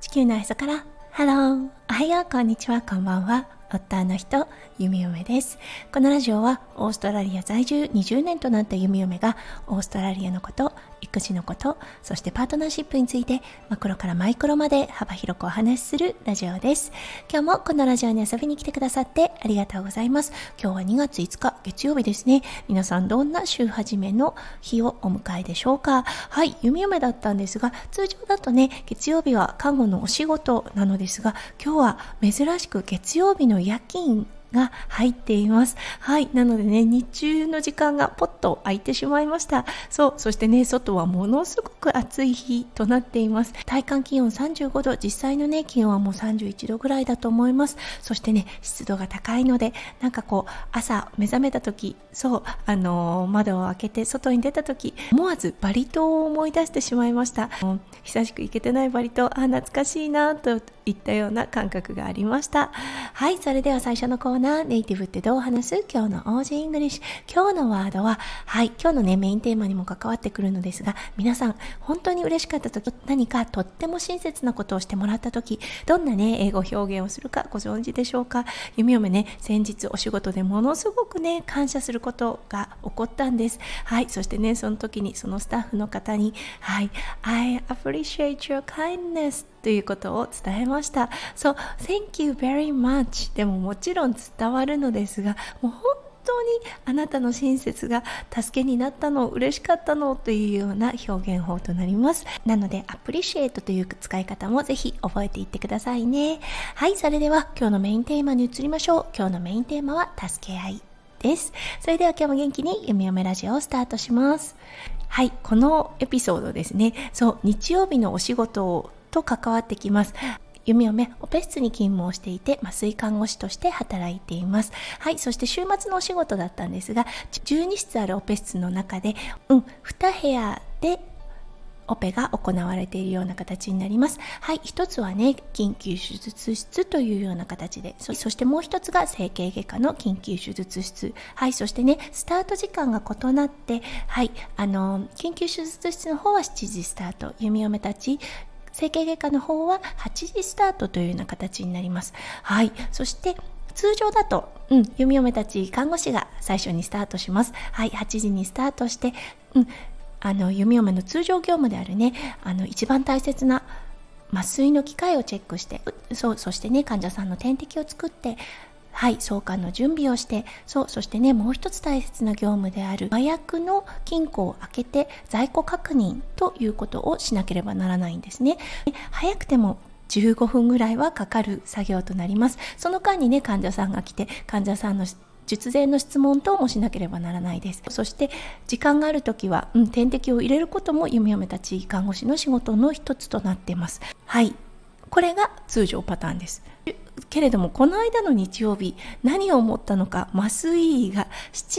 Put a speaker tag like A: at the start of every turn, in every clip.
A: 地球のへそからハロー、おはよう、こんにちは、こんばんは。夫の人、弓嫁です。このラジオはオーストラリア在住20年となった弓嫁がオーストラリアのこと、育児のこと、そしてパートナーシップについてマクロからマイクロまで幅広くお話しするラジオです。今日もこのラジオに遊びに来てくださってありがとうございます。今日は2月5日月曜日ですね。皆さんどんな週始めの日をお迎えでしょうか。はい、弓嫁だったんですが、通常だとね、月曜日は看護のお仕事なのですが、今日は珍しく月曜日の夜勤が入っています。はい。なのでね、日中の時間がポッと空いてしまいました。そしてね、外はものすごく暑い日となっています。体感気温35度、実際のね、気温はもう31度ぐらいだと思います。そしてね、湿度が高いので、なんかこう、朝目覚めた時、窓を開けて外に出た時、思わずバリ島を思い出してしまいました。久しく行けてないバリ島、懐かしいなといったような感覚がありました。はい。それでは最初のコーナー、ネイティブってどう話す？今日の OG イングリッシュ。今日のワードは、はい、今日のね、メインテーマにも関わってくるのですが、皆さん、本当に嬉しかった時、何かとっても親切なことをしてもらった時、どんなね、英語表現をするかご存知でしょうか？弓嫁ね、先日お仕事でものすごくね、感謝することが起こったんです。はい、そしてね、その時にそのスタッフの方に、はい、I appreciate your kindnessということを伝えました。Thank you very much でももちろん伝わるのですが、もう本当にあなたの親切が助けになったの、嬉しかったのというような表現法となります。なので appreciate という使い方もぜひ覚えていってくださいね。はい、それでは今日のメインテーマに移りましょう。今日のメインテーマは助け合いです。それでは今日も元気に弓嫁ラジオをスタートします。はい、このエピソードですね。日曜日のお仕事と関わってきます。弓嫁オペ室に勤務をしていて、麻酔看護師として働いています。はい、そして週末のお仕事だったんですが、12室あるオペ室の中で、2部屋でオペが行われているような形になります。はい、一つはね、緊急手術室というような形で、そしてもう一つが整形外科の緊急手術室。はい、そしてね、スタート時間が異なって、はい、緊急手術室の方は7時スタート、弓嫁たち整形外科の方は8時スタートというような形になります。はい。そして通常だと、弓嫁たち看護師が最初にスタートします。はい。8時にスタートして、弓嫁の通常業務であるね、一番大切な麻酔の機械をチェックして、そしてね、患者さんの点滴を作って、はい、送還の準備をして、そしてね、もう一つ大切な業務である麻薬の金庫を開けて在庫確認ということをしなければならないんですね。早くても15分ぐらいはかかる作業となります。その間にね、患者さんが来て、患者さんの術前の質問等もしなければならないです。そして時間があるときは、点滴を入れることも弓嫁たち看護師の仕事の一つとなっています。はい、これが通常パターンです。けれどもこの間の日曜日、何を思ったのか、麻酔医が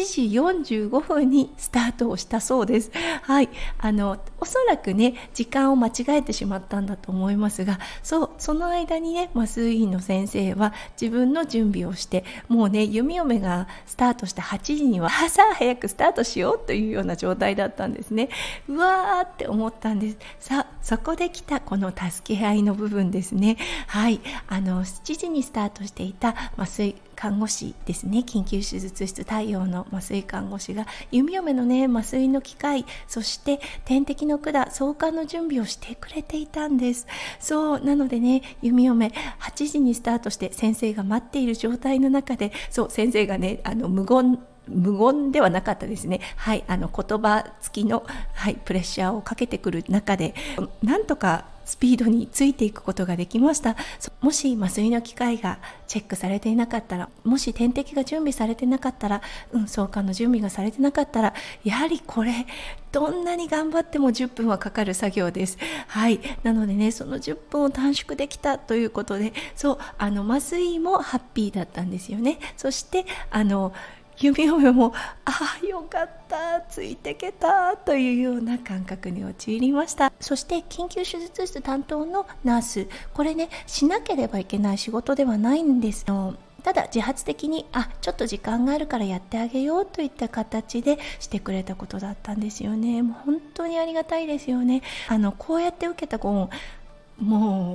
A: 7時45分にスタートをしたそうです。はい、おそらくね、時間を間違えてしまったんだと思いますが、その間にね、麻酔医の先生は自分の準備をして、もうね、弓嫁がスタートした8時にはさあ早くスタートしようというような状態だったんですね。うわーって思ったんです。そこで来たこの助け合いの部分ですね。はい、7時にスタートしていた麻酔看護師ですね、緊急手術室対応の麻酔看護師が弓嫁のね、麻酔の機械、そして点滴の管、送還の準備をしてくれていたんです。なのでね、弓嫁8時にスタートして先生が待っている状態の中で、先生がね、無言ではなかったですね。はい、言葉付きの、はい、プレッシャーをかけてくる中で、なんとかスピードについていくことができました。もし麻酔の機械がチェックされていなかったら、もし点滴が準備されてなかったら、送還の準備がされてなかったら、やはりこれどんなに頑張っても10分はかかる作業です。はい、なのでね、その10分を短縮できたということで、麻酔もハッピーだったんですよね。そして弓嫁もよかった、ついてけたというような感覚に陥りました。そして緊急手術室担当のナース、これね、しなければいけない仕事ではないんですよ。ただ自発的にちょっと時間があるからやってあげようといった形でしてくれたことだったんですよね。もう本当にありがたいですよね。こうやって受けたご恩、もう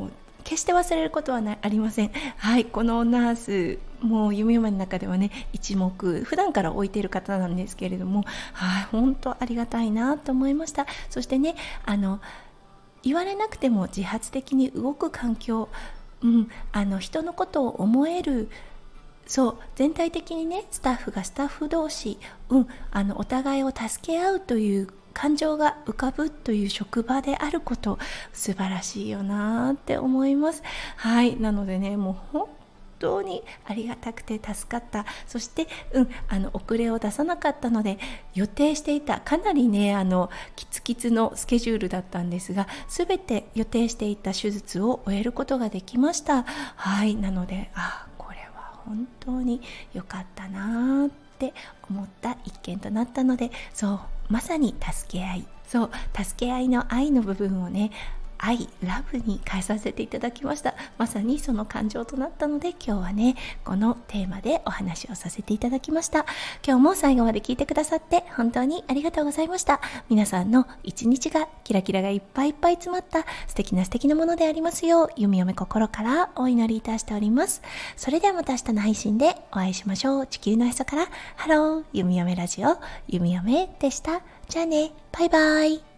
A: 決して忘れることはありません。はい、このナースもう弓嫁の中ではね一目普段から置いている方なんですけれども、はい、本当ありがたいなと思いました。そしてね言われなくても自発的に動く環境、人のことを思える、そう全体的にねスタッフがスタッフ同士、お互いを助け合うという感情が浮かぶという職場であること、素晴らしいよなって思います。はい、なのでねもう本当にありがたくて助かった。そして遅れを出さなかったので、予定していたかなりねキツキツのスケジュールだったんですが、全て予定していた手術を終えることができました。はい、なのでこれは本当に良かったなって思った一件となったので、そうまさに助け合い、そう助け合いの愛の部分をねラブに変えさせていただきました。まさにその感情となったので、今日はねこのテーマでお話をさせていただきました。今日も最後まで聞いてくださって本当にありがとうございました。皆さんの一日がキラキラがいっぱいいっぱい詰まった素敵なものでありますよう、弓嫁心からお祈りいたしております。それではまた明日の配信でお会いしましょう。地球のへそからハロー、弓嫁ラジオ弓嫁でした。じゃあね、バイバイ。